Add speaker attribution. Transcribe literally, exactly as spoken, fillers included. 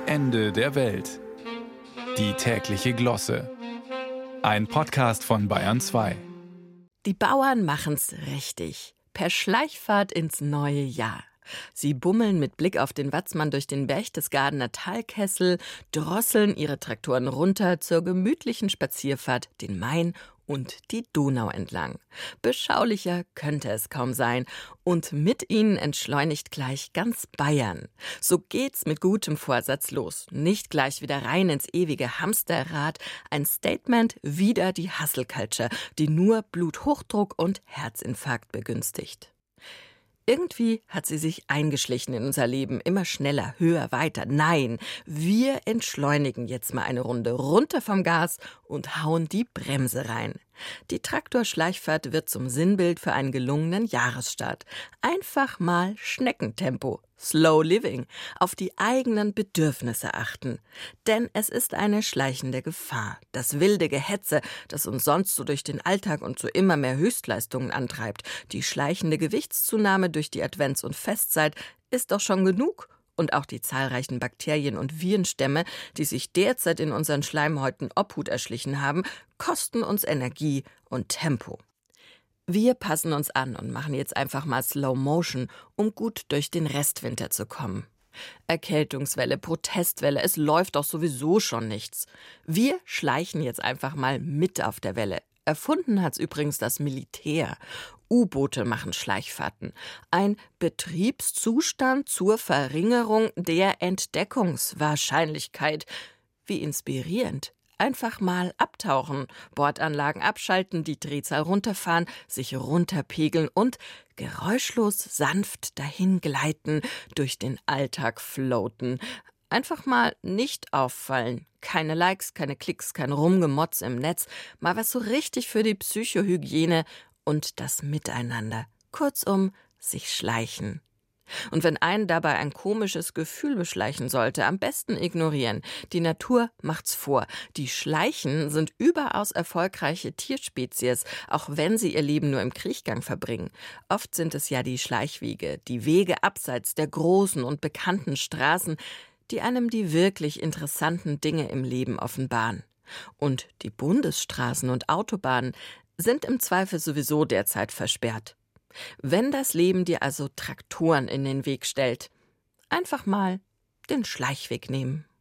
Speaker 1: Ende der Welt. Die tägliche Glosse. Ein Podcast von Bayern zwei.
Speaker 2: Die Bauern machen's richtig. Per Schleichfahrt ins neue Jahr. Sie bummeln mit Blick auf den Watzmann durch den Berchtesgadener Talkessel, drosseln ihre Traktoren runter zur gemütlichen Spazierfahrt den Main und die Donau entlang. Beschaulicher könnte es kaum sein. Und mit ihnen entschleunigt gleich ganz Bayern. So geht's mit gutem Vorsatz los. Nicht gleich wieder rein ins ewige Hamsterrad. Ein Statement wider die Hustle Culture, die nur Bluthochdruck und Herzinfarkt begünstigt. Irgendwie hat sie sich eingeschlichen in unser Leben. Immer schneller, höher, weiter. Nein, wir entschleunigen jetzt mal eine Runde runter vom Gas und hauen die Bremse rein. Die Traktorschleichfahrt wird zum Sinnbild für einen gelungenen Jahresstart. Einfach mal Schneckentempo, Slow Living, auf die eigenen Bedürfnisse achten. Denn es ist eine schleichende Gefahr. Das wilde Gehetze, das uns sonst so durch den Alltag und zu immer mehr Höchstleistungen antreibt. Die schleichende Gewichtszunahme durch die Advents- und Festzeit ist doch schon genug. Und auch die zahlreichen Bakterien- und Virenstämme, die sich derzeit in unseren Schleimhäuten Obhut erschlichen haben, kosten uns Energie und Tempo. Wir passen uns an und machen jetzt einfach mal Slow Motion, um gut durch den Restwinter zu kommen. Erkältungswelle, Protestwelle, es läuft doch sowieso schon nichts. Wir schleichen jetzt einfach mal mit auf der Welle. Erfunden hat's übrigens das Militär. U-Boote machen Schleichfahrten. Ein Betriebszustand zur Verringerung der Entdeckungswahrscheinlichkeit. Wie inspirierend. Einfach mal abtauchen, Bordanlagen abschalten, die Drehzahl runterfahren, sich runterpegeln und geräuschlos sanft dahin gleiten, durch den Alltag floaten. Einfach mal nicht auffallen. Keine Likes, keine Klicks, kein Rumgemotz im Netz. Mal was so richtig für die Psychohygiene und das Miteinander. Kurzum, sich schleichen. Und wenn einen dabei ein komisches Gefühl beschleichen sollte, am besten ignorieren. Die Natur macht's vor. Die Schleichen sind überaus erfolgreiche Tierspezies, auch wenn sie ihr Leben nur im Kriechgang verbringen. Oft sind es ja die Schleichwege, die Wege abseits der großen und bekannten Straßen, die einem die wirklich interessanten Dinge im Leben offenbaren. Und die Bundesstraßen und Autobahnen sind im Zweifel sowieso derzeit versperrt. Wenn das Leben dir also Traktoren in den Weg stellt, einfach mal den Schleichweg nehmen.